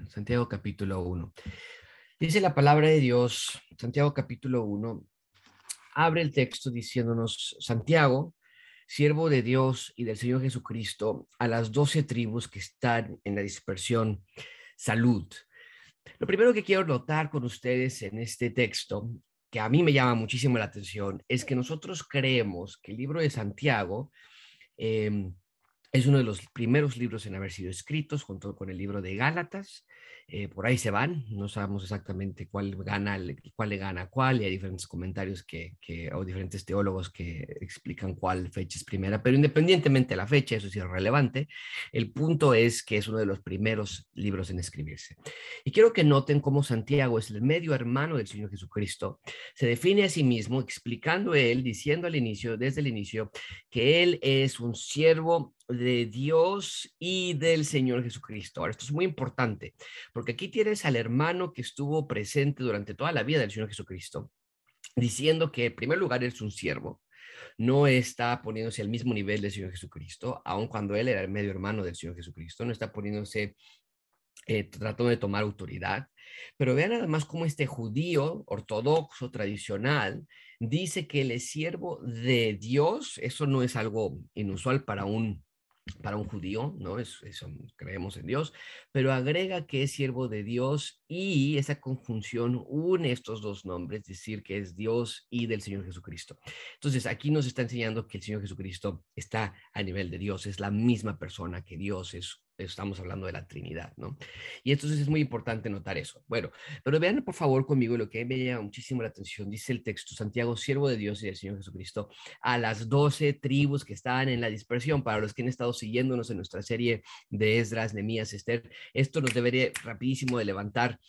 Santiago capítulo 1. Dice la palabra de Dios, Santiago capítulo 1, abre el texto diciéndonos, Santiago, siervo de Dios y del Señor Jesucristo, a las 12 tribus que están en la dispersión, salud. Lo primero que quiero notar con ustedes en este texto, que a mí me llama muchísimo la atención, es que nosotros creemos que el libro de Santiago eh, es uno de los primeros libros en haber sido escritos, junto con el libro de Gálatas. Por ahí se van, no sabemos exactamente cuál le gana a cuál, y hay diferentes comentarios o diferentes teólogos que explican cuál fecha es primera, pero independientemente de la fecha, eso es irrelevante. El punto es que es uno de los primeros libros en escribirse. Y quiero que noten cómo Santiago es el medio hermano del Señor Jesucristo. Se define a sí mismo explicando él, diciendo desde el inicio, que él es un siervo de Dios y del Señor Jesucristo. Ahora, esto es muy importante, porque aquí tienes al hermano que estuvo presente durante toda la vida del Señor Jesucristo, diciendo que en primer lugar es un siervo, no está poniéndose al mismo nivel del Señor Jesucristo, aun cuando él era el medio hermano del Señor Jesucristo, no está poniéndose tratando de tomar autoridad. Pero vean además cómo este judío ortodoxo, tradicional, dice que él es siervo de Dios. Eso no es algo inusual para un judío, ¿no? Eso, creemos en Dios, pero agrega que es siervo de Dios y esa conjunción une estos dos nombres, es decir, que es Dios y del Señor Jesucristo. Entonces, aquí nos está enseñando que el Señor Jesucristo está a nivel de Dios, es la misma persona que Dios es. Estamos hablando de la Trinidad, ¿no? Y entonces es muy importante notar eso. Bueno, pero vean por favor conmigo lo que me llama muchísimo la atención. Dice el texto, Santiago, siervo de Dios y del Señor Jesucristo, a las 12 tribus que están en la dispersión. Para los que han estado siguiéndonos en nuestra serie de Esdras, Nehemías, Esther, esto nos debería rapidísimo de levantar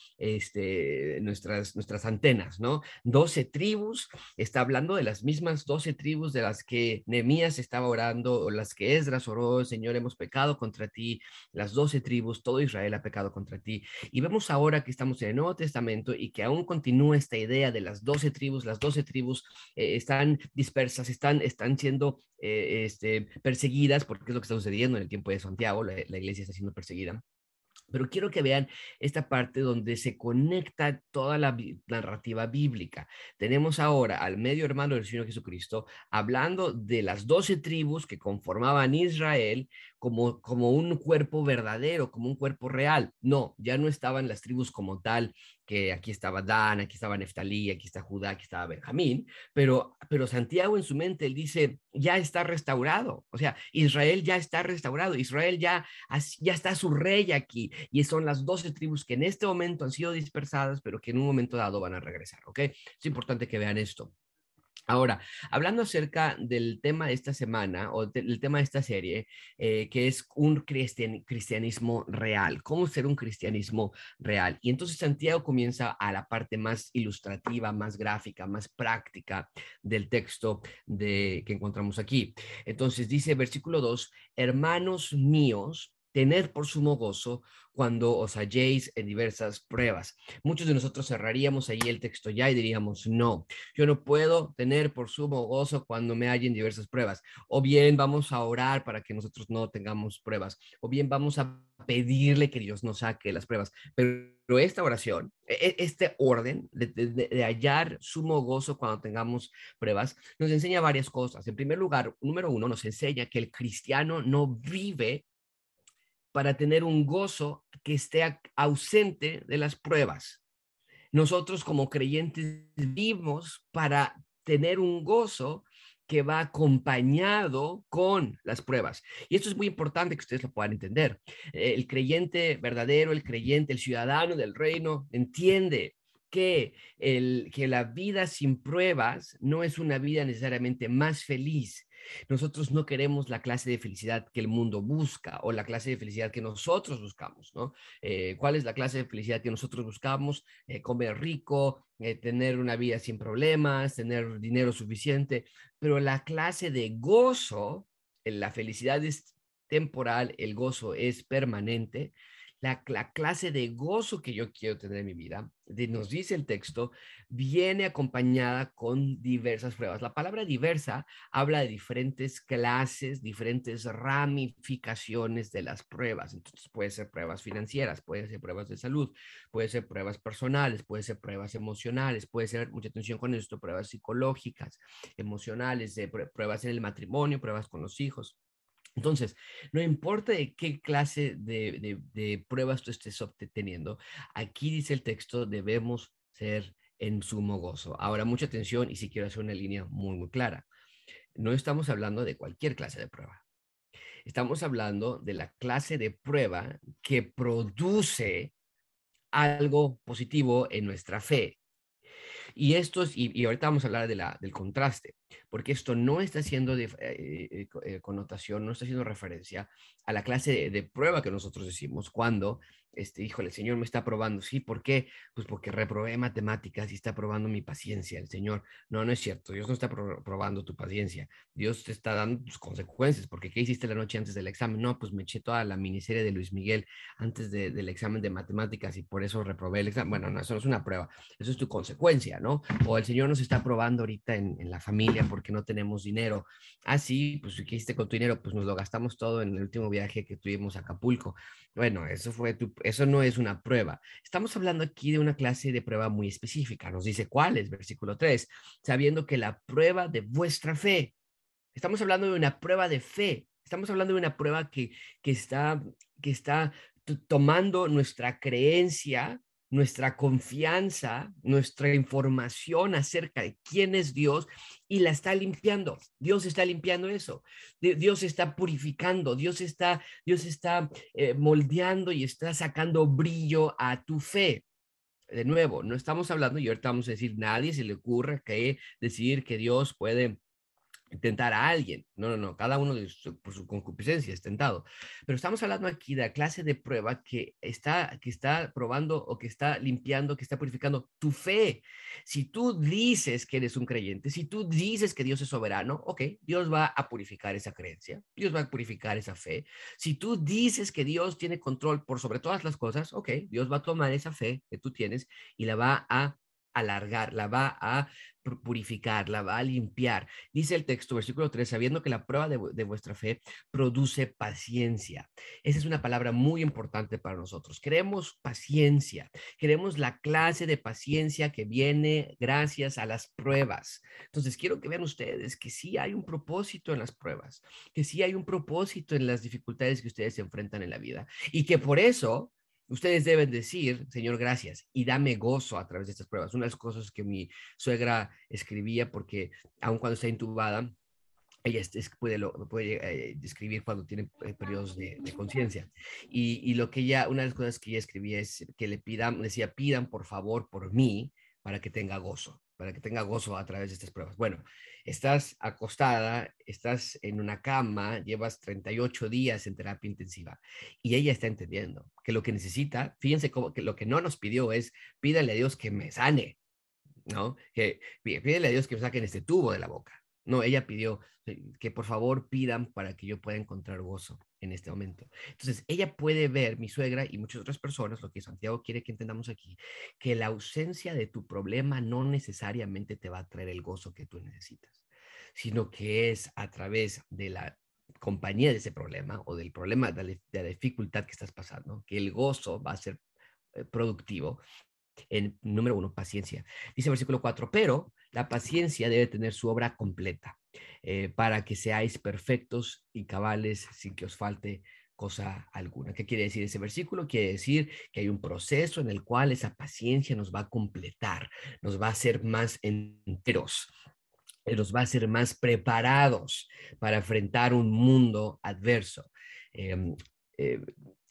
nuestras antenas, ¿no? 12 tribus, está hablando de las mismas 12 tribus de las que Nehemías estaba orando, o las que Esdras oró, Señor, hemos pecado contra ti, las 12 tribus, todo Israel ha pecado contra ti. Y vemos ahora que estamos en el Nuevo Testamento y que aún continúa esta idea de las 12 tribus están dispersas, están siendo perseguidas, porque es lo que está sucediendo en el tiempo de Santiago, la iglesia está siendo perseguida. Pero quiero que vean esta parte donde se conecta toda la narrativa bíblica. Tenemos ahora al medio hermano del Señor Jesucristo hablando de las 12 tribus que conformaban Israel como un cuerpo verdadero, como un cuerpo real. No, ya no estaban las tribus como tal, que aquí estaba Dan, aquí estaba Neftalí, aquí está Judá, aquí estaba Benjamín, pero Santiago en su mente, él dice, ya está restaurado. O sea, Israel ya está restaurado, Israel ya está su rey aquí, y son las 12 tribus que en este momento han sido dispersadas, pero que en un momento dado van a regresar, ¿ok? Es importante que vean esto. Ahora, hablando acerca del tema de esta semana o del tema de esta serie, que es un cristianismo real, cómo ser un cristianismo real. Y entonces Santiago comienza a la parte más ilustrativa, más gráfica, más práctica del texto que encontramos aquí. Entonces dice versículo 2, hermanos míos, tened por sumo gozo cuando os halléis en diversas pruebas. Muchos de nosotros cerraríamos ahí el texto ya y diríamos, no, yo no puedo tener por sumo gozo cuando me hallen diversas pruebas. O bien vamos a orar para que nosotros no tengamos pruebas. O bien vamos a pedirle que Dios nos saque las pruebas. Pero esta oración, este orden de hallar sumo gozo cuando tengamos pruebas, nos enseña varias cosas. En primer lugar, número uno, nos enseña que el cristiano no vive para tener un gozo que esté ausente de las pruebas. Nosotros como creyentes vivimos para tener un gozo que va acompañado con las pruebas. Y esto es muy importante que ustedes lo puedan entender. El creyente verdadero, el creyente, el ciudadano del reino, entiende que la vida sin pruebas no es una vida necesariamente más feliz. Nosotros no queremos la clase de felicidad que el mundo busca o la clase de felicidad que nosotros buscamos, ¿no? ¿Cuál es la clase de felicidad que nosotros buscamos? Comer rico, tener una vida sin problemas, tener dinero suficiente, pero la clase de gozo, la felicidad es temporal, el gozo es permanente. la clase de gozo que yo quiero tener en mi vida, nos dice el texto, viene acompañada con diversas pruebas. La palabra diversa habla de diferentes clases, diferentes ramificaciones de las pruebas. Entonces puede ser pruebas financieras, puede ser pruebas de salud, puede ser pruebas personales, puede ser pruebas emocionales, puede ser, mucha atención con esto, pruebas psicológicas, emocionales, pruebas en el matrimonio, pruebas con los hijos. Entonces, no importa de qué clase de pruebas tú estés obteniendo, aquí dice el texto, debemos ser en sumo gozo. Ahora, mucha atención y si quiero hacer una línea muy, muy clara. No estamos hablando de cualquier clase de prueba. Estamos hablando de la clase de prueba que produce algo positivo en nuestra fe. Y esto es, y ahorita vamos a hablar del contraste, porque esto no está haciendo connotación, no está haciendo referencia a la clase de prueba que nosotros decimos cuando, híjole, el Señor me está probando. Sí, ¿por qué? Pues porque reprobé matemáticas y está probando mi paciencia. El Señor, no, no es cierto, Dios no está probando tu paciencia, Dios te está dando tus consecuencias, porque ¿qué hiciste la noche antes del examen? No, pues me eché toda la miniserie de Luis Miguel antes del examen de matemáticas y por eso reprobé el examen. Bueno, no, eso no es una prueba, eso es tu consecuencia, ¿no? O el Señor nos está probando ahorita en la familia porque no tenemos dinero. Ah, sí, pues ¿qué hiciste con tu dinero? Pues nos lo gastamos todo en el último viaje que tuvimos a Acapulco. Bueno, eso no es una prueba. Estamos hablando aquí de una clase de prueba muy específica. Nos dice cuál es, versículo 3, sabiendo que la prueba de vuestra fe. Estamos hablando de una prueba de fe. Estamos hablando de una prueba que está tomando nuestra creencia, nuestra confianza, nuestra información acerca de quién es Dios y la está limpiando. Dios está limpiando eso. Dios está purificando. Dios está moldeando y está sacando brillo a tu fe. De nuevo, no estamos hablando, y ahorita vamos a decir, nadie se le ocurre que decir que Dios puede tentar a alguien. No, no, no, cada uno por su concupiscencia es tentado. Pero estamos hablando aquí de la clase de prueba que está probando o que está limpiando, que está purificando tu fe. Si tú dices que eres un creyente, si tú dices que Dios es soberano, ok, Dios va a purificar esa creencia, Dios va a purificar esa fe. Si tú dices que Dios tiene control por sobre todas las cosas, ok, Dios va a tomar esa fe que tú tienes y la va a alargar, la va a purificar, la va a limpiar. Dice el texto, versículo 3, sabiendo que la prueba de vuestra fe produce paciencia. Esa es una palabra muy importante para nosotros. Queremos paciencia, queremos la clase de paciencia que viene gracias a las pruebas. Entonces, quiero que vean ustedes que sí hay un propósito en las pruebas, que sí hay un propósito en las dificultades que ustedes se enfrentan en la vida y que por eso ustedes deben decir, Señor, gracias, y dame gozo a través de estas pruebas. Una de las cosas que mi suegra escribía, porque aun cuando está intubada, ella puede describir cuando tiene periodos de conciencia. Y lo que ella, una de las cosas que ella escribía es que decía, pidan por favor por mí para que tenga gozo a través de estas pruebas. Bueno, estás acostada, estás en una cama, llevas 38 días en terapia intensiva y ella está entendiendo que lo que necesita, fíjense cómo, que lo que no nos pidió es, pídale a Dios que me sane, ¿no? Que pídele a Dios que me saquen este tubo de la boca. No, ella pidió que por favor pidan para que yo pueda encontrar gozo en este momento. Entonces, ella puede ver, mi suegra y muchas otras personas, lo que Santiago quiere que entendamos aquí, que la ausencia de tu problema no necesariamente te va a traer el gozo que tú necesitas, sino que es a través de la compañía de ese problema o del problema de la dificultad que estás pasando, que el gozo va a ser productivo en número uno, paciencia. Dice el versículo 4, pero la paciencia debe tener su obra completa para que seáis perfectos y cabales sin que os falte cosa alguna. ¿Qué quiere decir ese versículo? Quiere decir que hay un proceso en el cual esa paciencia nos va a completar, nos va a hacer más enteros, nos va a hacer más preparados para enfrentar un mundo adverso. Eh, eh,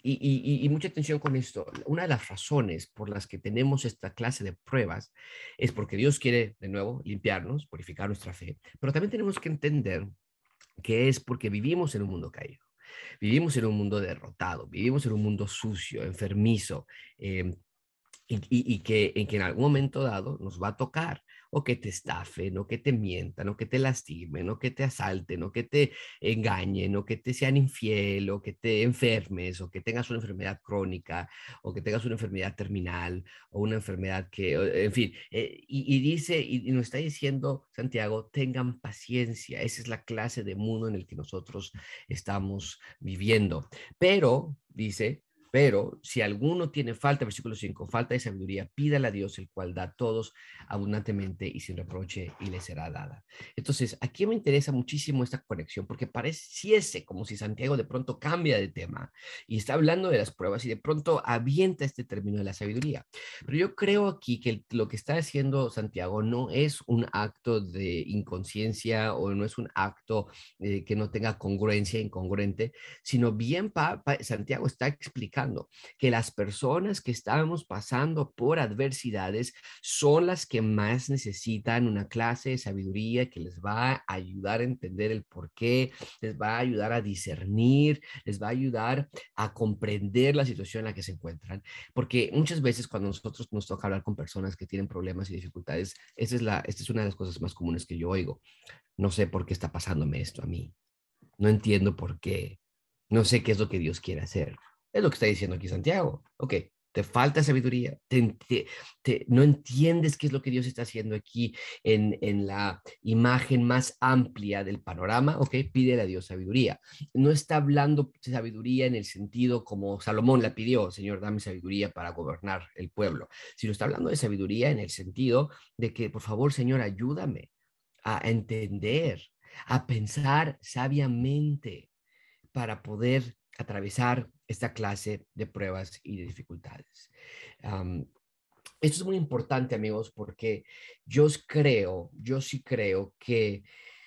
y mucha atención con esto. Una de las razones por las que tenemos esta clase de pruebas es porque Dios quiere, de nuevo, limpiarnos, purificar nuestra fe, pero también tenemos que entender que es porque vivimos en un mundo caído. Vivimos en un mundo derrotado, vivimos en un mundo sucio, enfermizo, y que en algún momento dado nos va a tocar, o que te estafen, o que te mientan, o que te lastimen, o que te asalten, o que te engañen, o que te sean infiel, o que te enfermes, o que tengas una enfermedad crónica, o que tengas una enfermedad terminal, o una enfermedad en fin, y dice, y nos está diciendo Santiago, tengan paciencia, esa es la clase de mundo en el que nosotros estamos viviendo. Pero, dice, pero si alguno tiene falta, versículo 5, falta de sabiduría, pídale a Dios, el cual da a todos abundantemente y sin reproche, y le será dada. Entonces, aquí me interesa muchísimo esta conexión, porque pareciese como si Santiago de pronto cambia de tema y está hablando de las pruebas y de pronto avienta este término de la sabiduría. Pero yo creo aquí que lo que está haciendo Santiago no es un acto de inconsciencia o no es un acto que no tenga congruencia, incongruente, sino bien Santiago está explicando que las personas que estamos pasando por adversidades son las que más necesitan una clase de sabiduría que les va a ayudar a entender el por qué, les va a ayudar a discernir, les va a ayudar a comprender la situación en la que se encuentran. Porque muchas veces cuando nosotros nos toca hablar con personas que tienen problemas y dificultades, esta es una de las cosas más comunes que yo oigo. No sé por qué está pasándome esto a mí. No entiendo por qué. No sé qué es lo que Dios quiere hacer. Es lo que está diciendo aquí Santiago. Ok, te falta sabiduría, no entiendes qué es lo que Dios está haciendo aquí en la imagen más amplia del panorama. Ok, pídele a Dios sabiduría. No está hablando de sabiduría en el sentido como Salomón la pidió, Señor, dame sabiduría para gobernar el pueblo, sino está hablando de sabiduría en el sentido de que, por favor, Señor, ayúdame a entender, a pensar sabiamente para poder atravesar esta clase de pruebas y de dificultades. Um, Esto es muy importante, amigos, porque yo sí creo que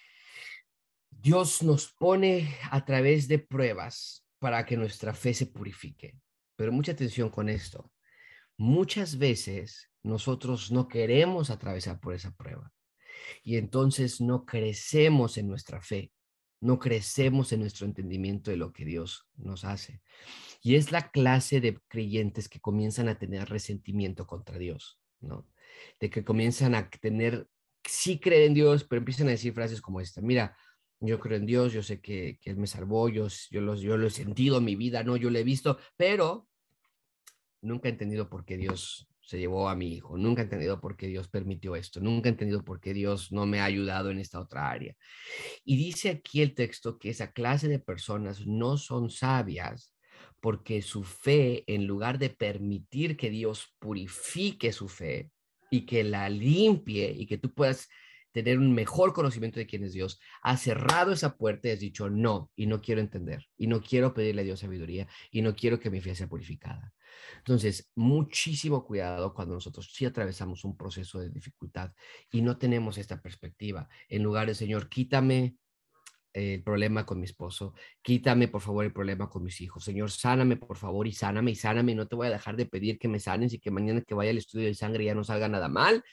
Dios nos pone a través de pruebas para que nuestra fe se purifique. Pero mucha atención con esto. Muchas veces nosotros no queremos atravesar por esa prueba y entonces no crecemos en nuestra fe, no crecemos en nuestro entendimiento de lo que Dios nos hace. Y es la clase de creyentes que comienzan a tener resentimiento contra Dios, ¿no? De que comienzan a tener, sí creen en Dios, pero empiezan a decir frases como esta: mira, yo creo en Dios, yo sé que Él me salvó, yo lo he sentido en mi vida, ¿no? Yo lo he visto, pero nunca he entendido por qué Dios se llevó a mi hijo, nunca he entendido por qué Dios permitió esto, nunca he entendido por qué Dios no me ha ayudado en esta otra área. Y dice aquí el texto que esa clase de personas no son sabias porque su fe, en lugar de permitir que Dios purifique su fe y que la limpie y que tú puedas tener un mejor conocimiento de quién es Dios, ha cerrado esa puerta y has dicho no, y no quiero entender, y no quiero pedirle a Dios sabiduría, y no quiero que mi fe sea purificada. Entonces, muchísimo cuidado cuando nosotros sí atravesamos un proceso de dificultad y no tenemos esta perspectiva. En lugar de, Señor, quítame el problema con mi esposo, quítame por favor el problema con mis hijos, Señor, sáname por favor y sáname, no te voy a dejar de pedir que me sanes y que mañana que vaya al estudio de sangre ya no salga nada mal.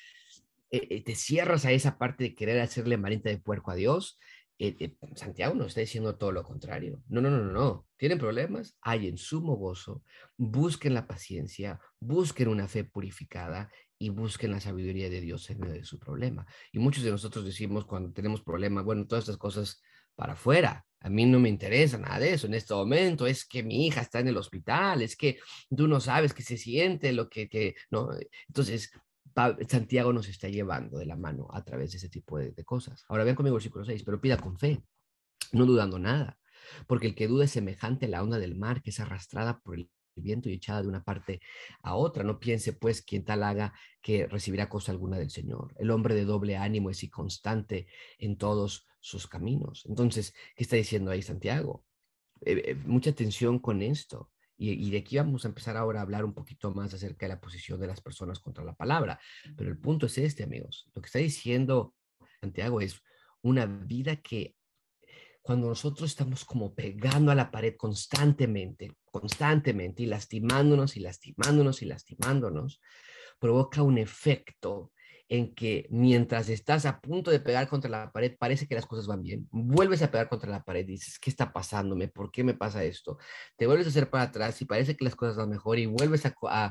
Te cierras a esa parte de querer hacerle manita de puerco a Dios. Santiago nos está diciendo todo lo contrario. No, no, no, no, no. ¿Tienen problemas? Hay en sumo gozo. Busquen la paciencia, busquen una fe purificada y busquen la sabiduría de Dios en medio de su problema. Y muchos de nosotros decimos cuando tenemos problemas, bueno, todas estas cosas para afuera. A mí no me interesa nada de eso en este momento. Es que mi hija está en el hospital, es que tú no sabes qué se siente, lo que no. Entonces, Santiago nos está llevando de la mano a través de ese tipo de cosas. Ahora vean conmigo el versículo 6, pero pida con fe, no dudando nada, porque el que duda es semejante a la onda del mar que es arrastrada por el viento y echada de una parte a otra. No piense pues quien tal haga que recibirá cosa alguna del Señor. El hombre de doble ánimo es inconstante en todos sus caminos. Entonces, ¿qué está diciendo ahí Santiago? Mucha atención con esto. Y de aquí vamos a empezar ahora a hablar un poquito más acerca de la posición de las personas contra la palabra. Pero el punto es este, amigos. Lo que está diciendo Santiago es una vida que cuando nosotros estamos como pegando a la pared constantemente, constantemente, y lastimándonos y lastimándonos y lastimándonos, provoca un efecto en que mientras estás a punto de pegar contra la pared, parece que las cosas van bien. Vuelves a pegar contra la pared y dices, ¿qué está pasándome? ¿Por qué me pasa esto? Te vuelves a hacer para atrás y parece que las cosas van mejor y vuelves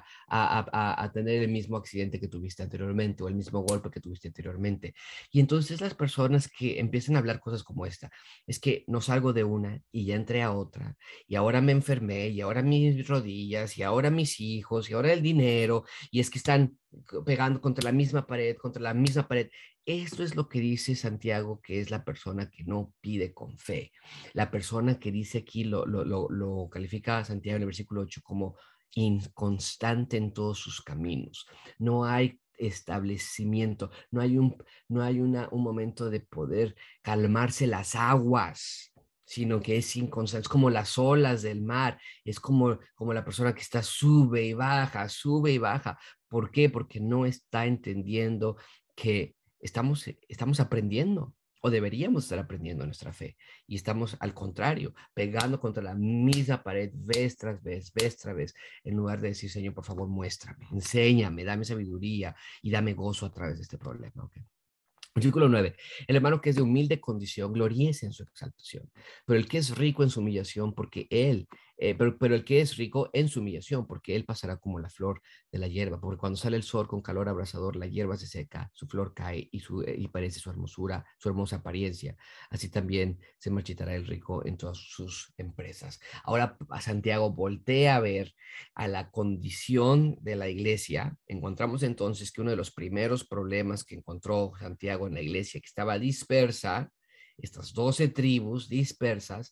a tener el mismo accidente que tuviste anteriormente o el mismo golpe que tuviste anteriormente. Y entonces las personas que empiezan a hablar cosas como esta, es que no salgo de una y ya entré a otra y ahora me enfermé y ahora mis rodillas y ahora mis hijos y ahora el dinero y es que están pegando contra la misma pared, contra la misma pared. Esto es lo que dice Santiago, que es la persona que no pide con fe. La persona que dice aquí, lo califica Santiago en el versículo 8 como inconstante en todos sus caminos. No hay establecimiento, no hay un momento de poder calmarse las aguas, sino que es inconstante, es como las olas del mar, es como la persona que está sube y baja, sube y baja. ¿Por qué? Porque no está entendiendo que estamos aprendiendo o deberíamos estar aprendiendo nuestra fe y estamos al contrario, pegando contra la misma pared vez tras vez, en lugar de decir, Señor, por favor, muéstrame, enséñame, dame sabiduría y dame gozo a través de este problema. ¿Okay? Versículo 9. El hermano que es de humilde condición, gloríese en su exaltación, pero el que es rico en su humillación, pero el que es rico en su humillación, porque él pasará como la flor de la hierba, porque cuando sale el sol con calor abrasador, la hierba se seca, su flor cae y parece su hermosura, su hermosa apariencia. Así también se marchitará el rico en todas sus empresas. Ahora a Santiago voltea a ver a la condición de la iglesia. Encontramos entonces que uno de los primeros problemas que encontró Santiago en la iglesia, que estaba dispersa, estas 12 tribus dispersas,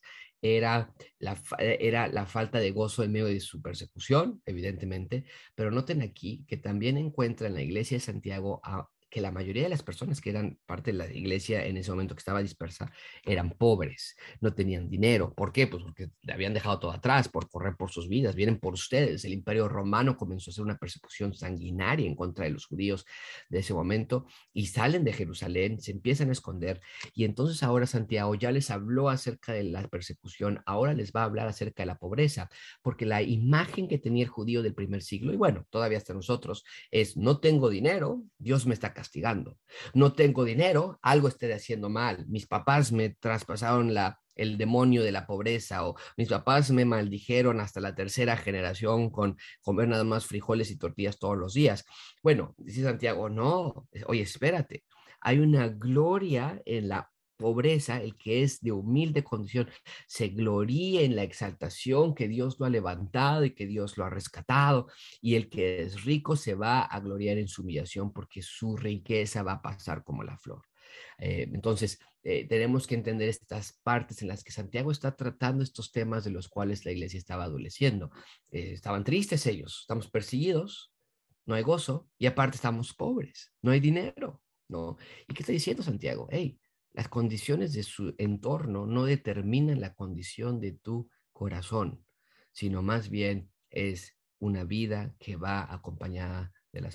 era la falta de gozo en medio de su persecución, evidentemente, pero noten aquí que también encuentra en la iglesia de Santiago que la mayoría de las personas que eran parte de la iglesia en ese momento que estaba dispersa eran pobres, no tenían dinero. ¿Por qué? Pues porque le habían dejado todo atrás por correr por sus vidas. Vienen por ustedes. El imperio romano comenzó a hacer una persecución sanguinaria en contra de los judíos de ese momento y salen de Jerusalén, se empiezan a esconder y entonces ahora Santiago ya les habló acerca de la persecución, ahora les va a hablar acerca de la pobreza, porque la imagen que tenía el judío del primer siglo, y bueno, todavía hasta nosotros, es no tengo dinero, Dios me está castigando. No tengo dinero, algo estoy haciendo mal. Mis papás me traspasaron el demonio de la pobreza o mis papás me maldijeron hasta la tercera generación con comer nada más frijoles y tortillas todos los días. Bueno, dice Santiago, no, oye, espérate, hay una gloria en la pobreza, el que es de humilde condición, se gloría en la exaltación que Dios lo ha levantado y que Dios lo ha rescatado, y el que es rico se va a gloriar en su humillación porque su riqueza va a pasar como la flor. Entonces, tenemos que entender estas partes en las que Santiago está tratando estos temas de los cuales la iglesia estaba adoleciendo. Estaban tristes ellos, estamos perseguidos, no hay gozo y aparte estamos pobres, no hay dinero, ¿no? ¿Y qué está diciendo Santiago? Hey, las condiciones de su entorno no determinan la condición de tu corazón, sino más bien es una vida que va acompañada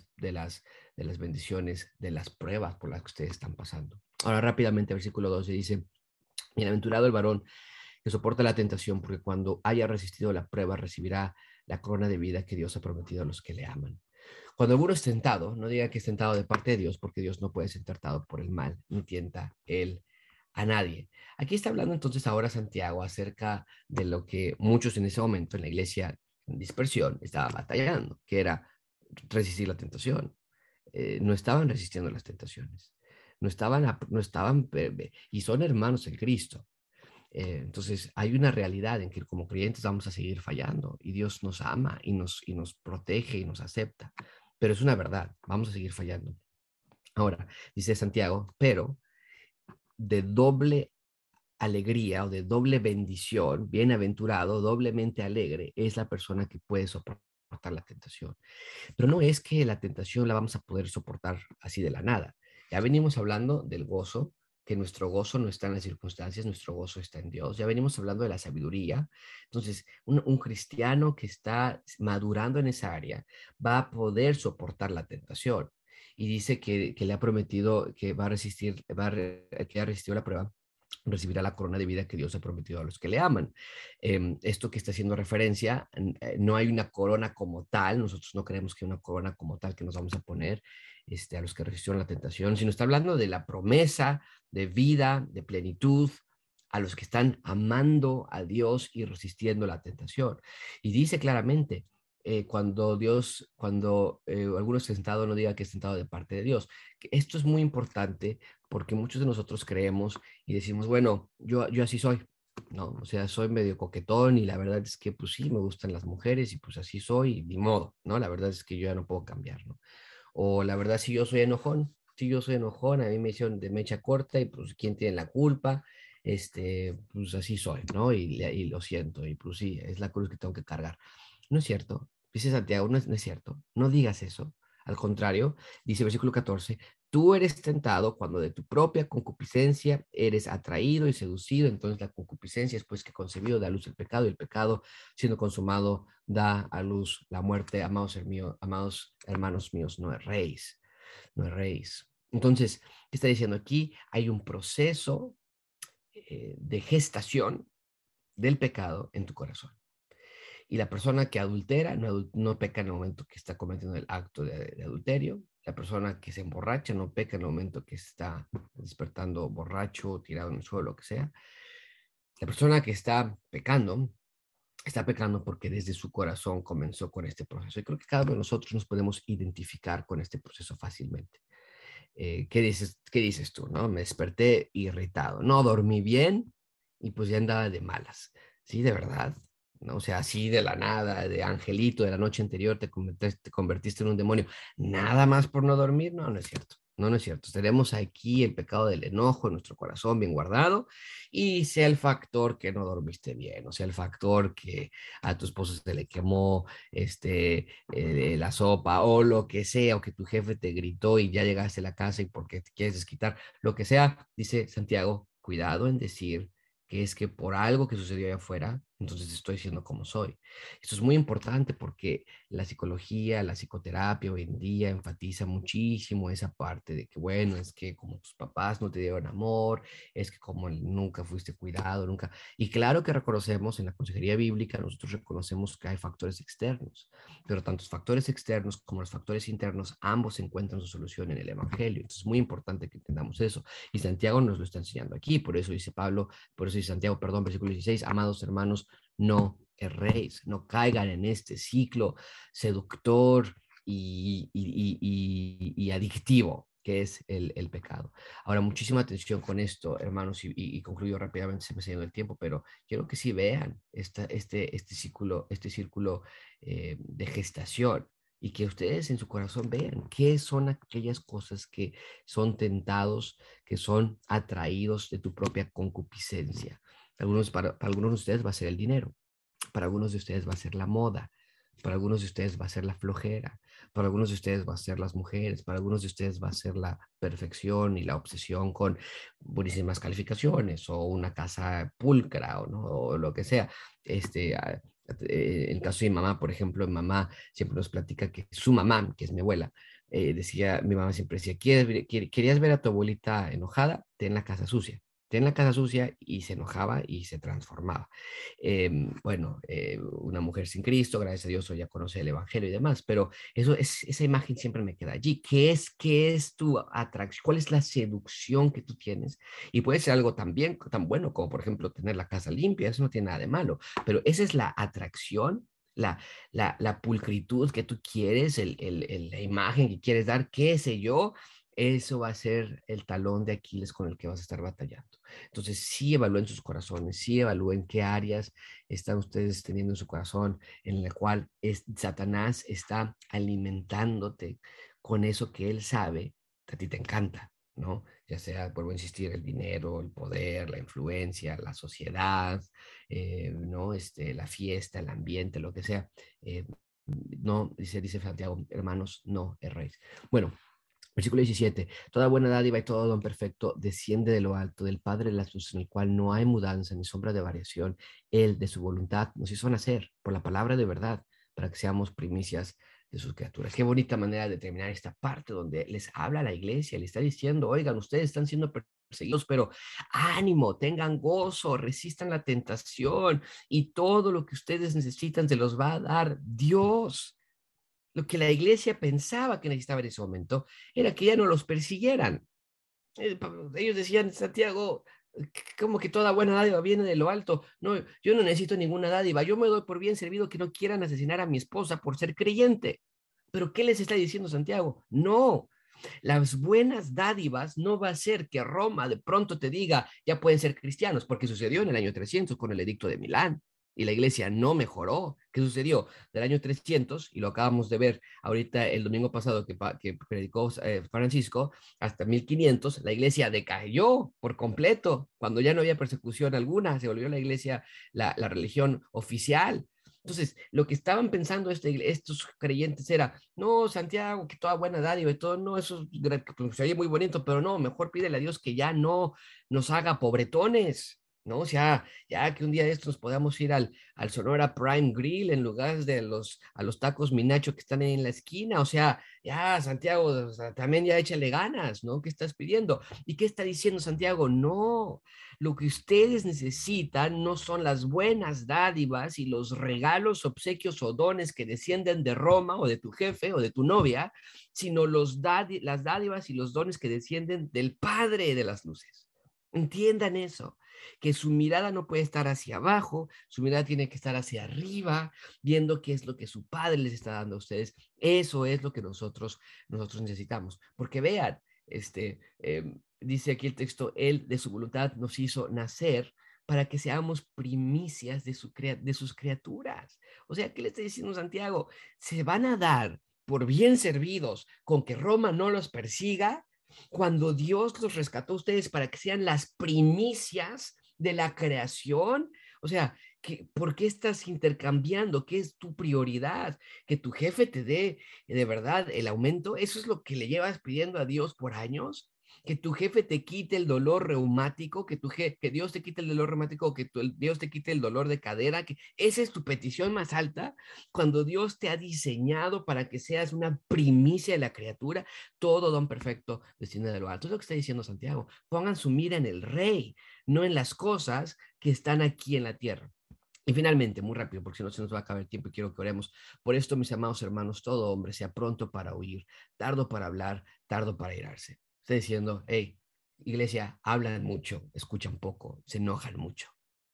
de las bendiciones, de las pruebas por las que ustedes están pasando. Ahora rápidamente, versículo 12 dice, bienaventurado el varón que soporta la tentación, porque cuando haya resistido la prueba recibirá la corona de vida que Dios ha prometido a los que le aman. Cuando alguno es tentado, no diga que es tentado de parte de Dios, porque Dios no puede ser tentado por el mal, ni tienta él a nadie. Aquí está hablando entonces ahora Santiago acerca de lo que muchos en ese momento en la iglesia en dispersión estaban batallando, que era resistir la tentación. No estaban resistiendo las tentaciones, no estaban, y son hermanos en Cristo. Entonces, hay una realidad en que como creyentes vamos a seguir fallando y Dios nos ama y nos protege y nos acepta. Pero es una verdad, vamos a seguir fallando. Ahora, dice Santiago, pero de doble alegría o de doble bendición, bienaventurado, doblemente alegre, es la persona que puede soportar la tentación. Pero no es que la tentación la vamos a poder soportar así de la nada. Ya venimos hablando del gozo, que nuestro gozo no está en las circunstancias, nuestro gozo está en Dios. Ya venimos hablando de la sabiduría. Entonces, un cristiano que está madurando en esa área va a poder soportar la tentación. Y dice que le ha prometido que va a resistir, que ha resistido la prueba recibirá la corona de vida que Dios ha prometido a los que le aman. Esto que está haciendo referencia, no hay una corona como tal, nosotros no creemos que hay una corona como tal que nos vamos a poner a los que resistieron la tentación, sino está hablando de la promesa de vida, de plenitud, a los que están amando a Dios y resistiendo la tentación. Y dice claramente, cuando alguno es tentado, no diga que es tentado de parte de Dios. Que esto es muy importante porque muchos de nosotros creemos y decimos, bueno, yo así soy, ¿no? O sea, soy medio coquetón y la verdad es que pues sí, me gustan las mujeres y pues así soy, y ni modo, ¿no? La verdad es que yo ya no puedo cambiar, ¿no? O la verdad, si yo soy enojón, a mí me hicieron de mecha corta y pues quién tiene la culpa, pues así soy, ¿no? Y lo siento, y pues sí, es la cruz que tengo que cargar. No es cierto, dice Santiago, no es cierto, no digas eso. Al contrario, dice versículo 14, tú eres tentado cuando de tu propia concupiscencia eres atraído y seducido, entonces la concupiscencia después que concebido da a luz el pecado y el pecado siendo consumado da a luz la muerte. Amados hermanos míos, no erréis, no erréis. Entonces, ¿qué está diciendo aquí? Hay un proceso de gestación del pecado en tu corazón. Y la persona que adultera no peca en el momento que está cometiendo el acto de adulterio. La persona que se emborracha no peca en el momento que está despertando borracho, tirado en el suelo, lo que sea. La persona que está pecando porque desde su corazón comenzó con este proceso. Y creo que cada uno de nosotros nos podemos identificar con este proceso fácilmente. Qué dices tú? ¿No? Me desperté irritado, no dormí bien y pues ya andaba de malas. Sí, de verdad. ¿No? O sea, así de la nada, de angelito de la noche anterior te convertiste en un demonio. Nada más por no dormir. No, no es cierto. No, no es cierto. Tenemos aquí el pecado del enojo en nuestro corazón bien guardado y sea el factor que no dormiste bien, o sea el factor que a tu esposo se le quemó la sopa o lo que sea, o que tu jefe te gritó y ya llegaste a la casa y porque te quieres desquitar, lo que sea, dice Santiago, cuidado en decir que es que por algo que sucedió allá afuera, entonces estoy siendo como soy. Esto es muy importante porque la psicología, la psicoterapia hoy en día enfatiza muchísimo esa parte de que, bueno, es que como tus papás no te dieron amor, es que como nunca fuiste cuidado, nunca. Y claro que reconocemos en la consejería bíblica, nosotros reconocemos que hay factores externos, pero tanto los factores externos como los factores internos, ambos encuentran su solución en el Evangelio. Entonces es muy importante que entendamos eso. Y Santiago nos lo está enseñando aquí, por eso dice Pablo, por eso dice Santiago, perdón, versículo 16, amados hermanos, no erréis, no caigan en este ciclo seductor y adictivo que es el pecado. Ahora, muchísima atención con esto, hermanos, y concluyo rápidamente, se me está yendo el tiempo, pero quiero que sí vean este círculo de gestación y que ustedes en su corazón vean qué son aquellas cosas que son tentados, que son atraídos de tu propia concupiscencia. Para algunos de ustedes va a ser el dinero, para algunos de ustedes va a ser la moda, para algunos de ustedes va a ser la flojera, para algunos de ustedes va a ser las mujeres, para algunos de ustedes va a ser la perfección y la obsesión con buenísimas calificaciones o una casa pulcra o, ¿no? o lo que sea. En el caso de mi mamá, por ejemplo, mi mamá siempre nos platica que su mamá, que es mi abuela, mi mamá siempre decía, ¿querías ver a tu abuelita enojada? Ten la casa sucia. Ten la casa sucia y se enojaba y se transformaba. Una mujer sin Cristo, gracias a Dios hoy ya conoce el Evangelio y demás, pero esa imagen siempre me queda allí. Qué es tu atracción? ¿Cuál es la seducción que tú tienes? Y puede ser algo también tan bueno como, por ejemplo, tener la casa limpia, eso no tiene nada de malo, pero esa es la atracción. La pulcritud que tú quieres, la imagen que quieres dar, qué sé yo, eso va a ser el talón de Aquiles con el que vas a estar batallando. Entonces, sí evalúen sus corazones, sí evalúen qué áreas están ustedes teniendo en su corazón, en la cual Satanás está alimentándote con eso que él sabe que a ti te encanta, ¿no? Ya sea, vuelvo a insistir, el dinero, el poder, la influencia, la sociedad, ¿no? La fiesta, el ambiente, lo que sea. Eh, no, dice Santiago, hermanos, no erréis. Bueno, versículo 17, toda buena dádiva y todo don perfecto desciende de lo alto, del Padre de las luces, en el cual no hay mudanza ni sombra de variación. Él, de su voluntad, nos hizo nacer por la palabra de verdad, para que seamos primicias de sus criaturas. Qué bonita manera de terminar esta parte donde les habla a la iglesia, le está diciendo, oigan, ustedes están siendo perseguidos, pero ánimo, tengan gozo, resistan la tentación y todo lo que ustedes necesitan se los va a dar Dios. Lo que la iglesia pensaba que necesitaba en ese momento era que ya no los persiguieran. Ellos decían, Santiago, como que toda buena dádiva viene de lo alto. No, yo no necesito ninguna dádiva. Yo me doy por bien servido que no quieran asesinar a mi esposa por ser creyente. Pero ¿qué les está diciendo Santiago? No, las buenas dádivas no va a ser que Roma de pronto te diga, ya pueden ser cristianos, porque sucedió en el año 300 con el edicto de Milán y la iglesia no mejoró. ¿Qué sucedió? Del año 300, y lo acabamos de ver ahorita el domingo pasado que predicó Francisco, hasta 1500, la iglesia decayó por completo, cuando ya no había persecución alguna, se volvió la iglesia la religión oficial. Entonces, lo que estaban pensando estos creyentes era, no, Santiago, que toda buena dádiva y todo, no, eso se oye muy bonito, pero no, mejor pídele a Dios que ya no nos haga pobretones, ¿no? O sea, ya que un día de estos podamos ir al Sonora Prime Grill en lugar de a los tacos Minacho que están ahí en la esquina, o sea, ya, Santiago, o sea, también ya échale ganas, ¿no? ¿Qué estás pidiendo? ¿Y qué está diciendo Santiago? No, lo que ustedes necesitan no son las buenas dádivas y los regalos, obsequios o dones que descienden de Roma o de tu jefe o de tu novia, sino las dádivas y los dones que descienden del Padre de las luces. Entiendan eso, que su mirada no puede estar hacia abajo, su mirada tiene que estar hacia arriba, viendo qué es lo que su Padre les está dando a ustedes. Eso es lo que nosotros necesitamos. Porque vean, dice aquí el texto, Él de su voluntad nos hizo nacer para que seamos primicias de sus criaturas. O sea, ¿qué le está diciendo Santiago? Se van a dar por bien servidos con que Roma no los persiga cuando Dios los rescató a ustedes para que sean las primicias de la creación. O sea, ¿por qué estás intercambiando? ¿Qué es tu prioridad? Que tu jefe te dé de verdad el aumento. ¿Eso es lo que le llevas pidiendo a Dios por años? Que tu jefe te quite el dolor reumático, que Dios te quite el dolor reumático, Dios te quite el dolor de cadera, que esa es tu petición más alta, cuando Dios te ha diseñado para que seas una primicia de la criatura, todo don perfecto desciende de lo alto. Es lo que está diciendo Santiago. Pongan su mira en el Rey, no en las cosas que están aquí en la tierra. Y finalmente, muy rápido, porque si no se nos va a acabar el tiempo y quiero que oremos. Por esto, mis amados hermanos, todo hombre sea pronto para oír, tardo para hablar, tardo para irarse. Está diciendo, hey, iglesia, hablan mucho, escuchan poco, se enojan mucho,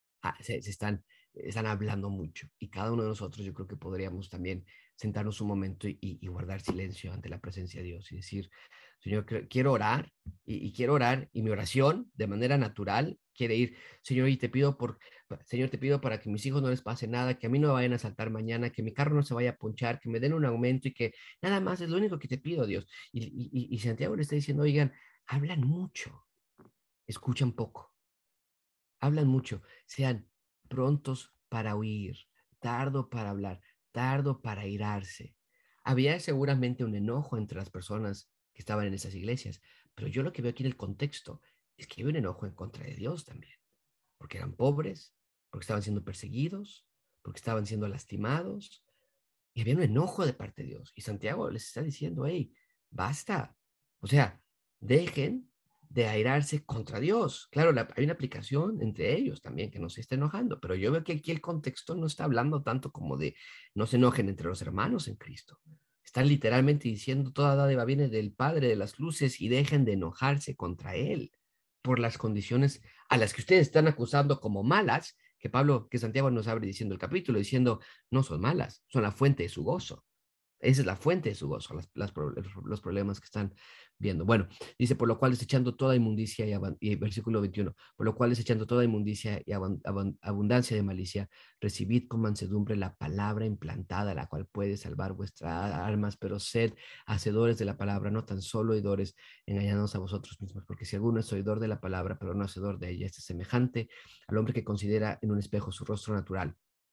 están hablando mucho. Y cada uno de nosotros yo creo que podríamos también sentarnos un momento y guardar silencio ante la presencia de Dios y decir, Señor, quiero orar y quiero orar y mi oración de manera natural quiere ir, Señor, Señor, te pido para que mis hijos no les pase nada, que a mí no me vayan a saltar mañana, que mi carro no se vaya a ponchar, que me den un aumento y que nada más es lo único que te pido, Dios. Y Santiago le está diciendo, oigan, hablan mucho, escuchan poco, hablan mucho, sean prontos para oír, tardo para hablar, tardo para irarse. Había seguramente un enojo entre las personas que estaban en esas iglesias, pero yo lo que veo aquí en el contexto es que había un enojo en contra de Dios también, porque eran pobres, porque estaban siendo perseguidos, porque estaban siendo lastimados, y había un enojo de parte de Dios. Y Santiago les está diciendo, hey, basta. O sea, dejen de airarse contra Dios. Claro, hay una aplicación entre ellos también que no se está enojando, pero yo veo que aquí el contexto no está hablando tanto como de no se enojen entre los hermanos en Cristo. Están literalmente diciendo toda dádiva viene del Padre de las luces y dejen de enojarse contra Él por las condiciones a las que ustedes están acusando como malas, que Santiago nos abre diciendo el capítulo, diciendo, no son malas, son la fuente de su gozo. Esa es la fuente de su gozo, los problemas que están viendo. Bueno, dice, por lo cual desechando toda inmundicia y versículo 21, por lo cual desechando toda inmundicia y abundancia de malicia, recibid con mansedumbre la palabra implantada, la cual puede salvar vuestras almas, pero sed hacedores de la palabra, no tan solo oidores, engañándonos a vosotros mismos, porque si alguno es oidor de la palabra, pero no hacedor de ella, este es semejante al hombre que considera en un espejo su rostro natural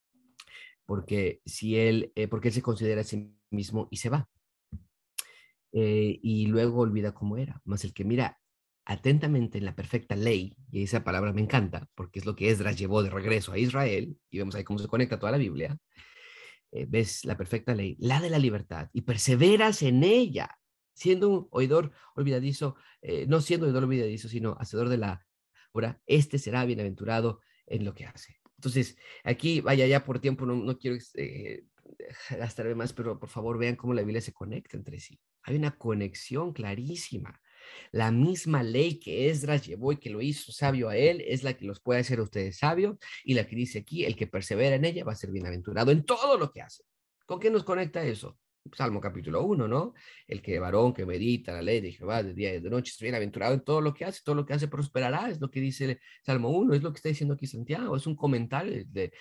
porque él se considera a sí mismo y se va, y luego olvida cómo era. Mas el que mira atentamente en la perfecta ley, y esa palabra me encanta, porque es lo que Esdras llevó de regreso a Israel, y vemos ahí cómo se conecta toda la Biblia, ves la perfecta ley, la de la libertad, y perseveras en ella. siendo un oidor olvidadizo, no siendo oidor olvidadizo, sino hacedor de la obra, este será bienaventurado en lo que hace. Entonces, aquí, vaya, ya por tiempo, no quiero gastarme más, pero por favor vean cómo la Biblia se conecta entre sí. Hay una conexión clarísima. La misma ley que Esdras llevó y que lo hizo sabio a él es la que los puede hacer a ustedes sabios, y la que dice aquí, el que persevera en ella va a ser bienaventurado en todo lo que hace. ¿Con qué nos conecta eso? Salmo capítulo 1, ¿no? El que varón que medita la ley de Jehová de día y de noche es bienaventurado en todo lo que hace prosperará, es lo que dice el Salmo 1, es lo que está diciendo aquí Santiago, es un comentario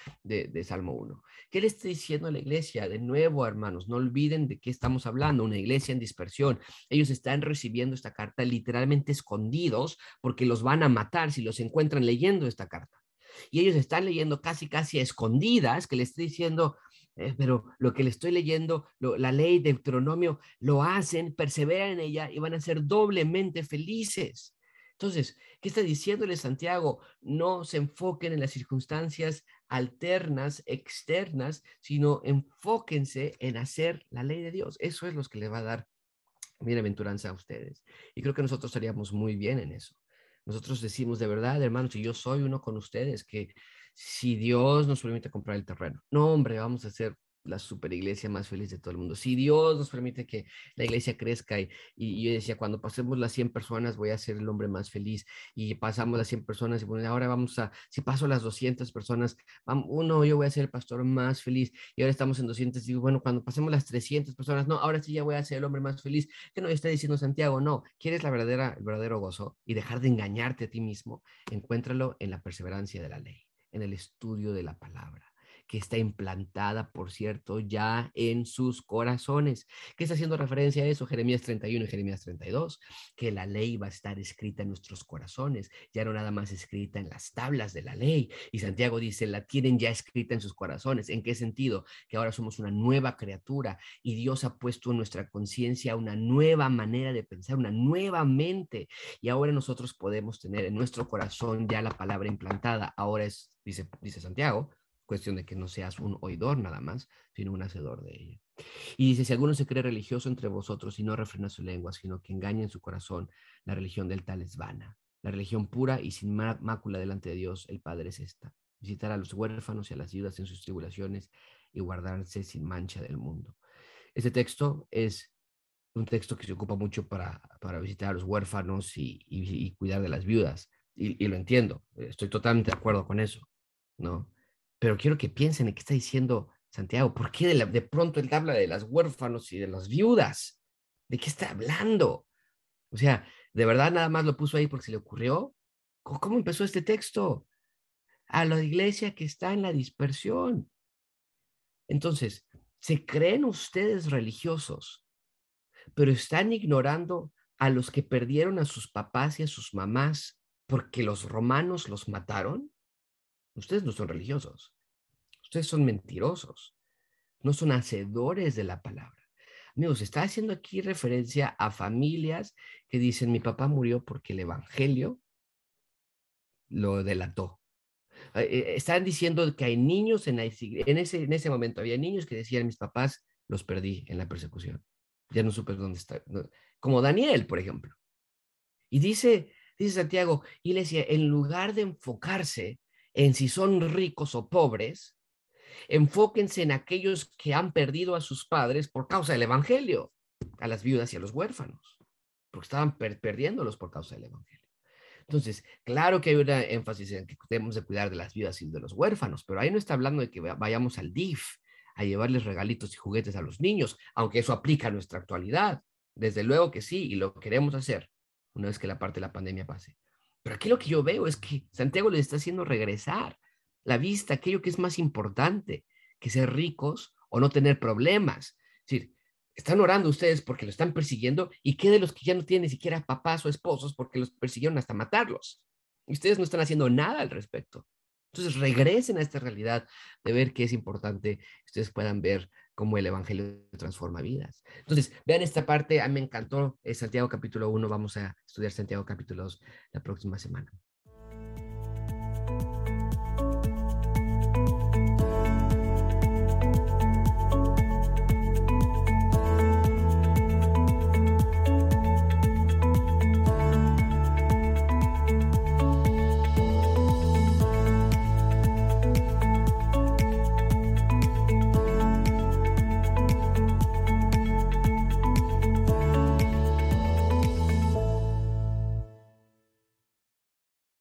de Salmo 1. ¿Qué le está diciendo a la iglesia? De nuevo, hermanos, no olviden de qué estamos hablando, una iglesia en dispersión. Ellos están recibiendo esta carta literalmente escondidos porque los van a matar si los encuentran leyendo esta carta. Y ellos están leyendo casi, casi a escondidas, que le estoy diciendo, pero lo que le estoy leyendo, la ley de Deuteronomio, lo hacen, perseveran en ella y van a ser doblemente felices. Entonces, ¿qué está diciéndole Santiago? No se enfoquen en las circunstancias alternas, externas, sino enfóquense en hacer la ley de Dios. Eso es lo que le va a dar bienaventuranza a ustedes. Y creo que nosotros haríamos muy bien en eso. Nosotros decimos de verdad, hermanos, y yo soy uno con ustedes, que si Dios nos permite comprar el terreno, no, hombre, vamos a hacer la super iglesia más feliz de todo el mundo. Si Dios nos permite que la iglesia crezca y yo decía, cuando pasemos las 100 personas voy a ser el hombre más feliz, y pasamos las 100 personas y bueno, ahora vamos a, si paso las 200 personas, vamos, uno, yo voy a ser el pastor más feliz, y ahora estamos en 200, digo, bueno, cuando pasemos las 300 personas, no, ahora sí ya voy a ser el hombre más feliz. Que no está diciendo Santiago, no, quieres el verdadero gozo y dejar de engañarte a ti mismo, encuéntralo en la perseverancia de la ley, en el estudio de la palabra, que está implantada, por cierto, ya en sus corazones. ¿Qué está haciendo referencia a eso? Jeremías 31 y Jeremías 32, que la ley va a estar escrita en nuestros corazones, ya no nada más escrita en las tablas de la ley. Y Santiago dice, la tienen ya escrita en sus corazones. ¿En qué sentido? Que ahora somos una nueva criatura y Dios ha puesto en nuestra conciencia una nueva manera de pensar, una nueva mente. Y ahora nosotros podemos tener en nuestro corazón ya la palabra implantada. Ahora es, dice Santiago, cuestión de que no seas un oidor nada más, sino un hacedor de ella. Y dice, si alguno se cree religioso entre vosotros y no refrena su lengua, sino que engaña en su corazón, la religión del tal es vana. La religión pura y sin mácula delante de Dios, el Padre, es esta: visitar a los huérfanos y a las viudas en sus tribulaciones y guardarse sin mancha del mundo. Este texto es un texto que se ocupa mucho para visitar a los huérfanos y cuidar de las viudas. Y lo entiendo, estoy totalmente de acuerdo con eso, ¿no? Pero quiero que piensen en qué está diciendo Santiago. ¿Por qué de pronto él habla de las huérfanos y de las viudas? ¿De qué está hablando? O sea, ¿de verdad nada más lo puso ahí porque se le ocurrió? ¿Cómo empezó este texto? A la iglesia que está en la dispersión. Entonces, ¿se creen ustedes religiosos, pero están ignorando a los que perdieron a sus papás y a sus mamás porque los romanos los mataron? Ustedes no son religiosos, ustedes son mentirosos, no son hacedores de la palabra. Amigos, está haciendo aquí referencia a familias que dicen, mi papá murió porque el evangelio lo delató. Están diciendo que hay niños en ese momento, había niños que decían, mis papás los perdí en la persecución, ya no supe dónde está, no, como Daniel, por ejemplo. Y dice Santiago, y le decía, en lugar de enfocarse en si son ricos o pobres, enfóquense en aquellos que han perdido a sus padres por causa del evangelio, a las viudas y a los huérfanos, porque estaban perdiéndolos por causa del evangelio. Entonces, claro que hay un énfasis en que tenemos de cuidar de las viudas y de los huérfanos, pero ahí no está hablando de que vayamos al DIF a llevarles regalitos y juguetes a los niños, aunque eso aplica a nuestra actualidad. Desde luego que sí, y lo queremos hacer una vez que la parte de la pandemia pase. Pero aquí lo que yo veo es que Santiago les está haciendo regresar la vista, aquello que es más importante que ser ricos o no tener problemas. Es decir, están orando ustedes porque lo están persiguiendo, y qué de los que ya no tienen ni siquiera papás o esposos porque los persiguieron hasta matarlos. Y ustedes no están haciendo nada al respecto. Entonces regresen a esta realidad de ver que es importante que ustedes puedan ver cómo el evangelio transforma vidas. Entonces, vean esta parte, a mí me encantó Santiago capítulo 1, vamos a estudiar Santiago capítulo 2 la próxima semana.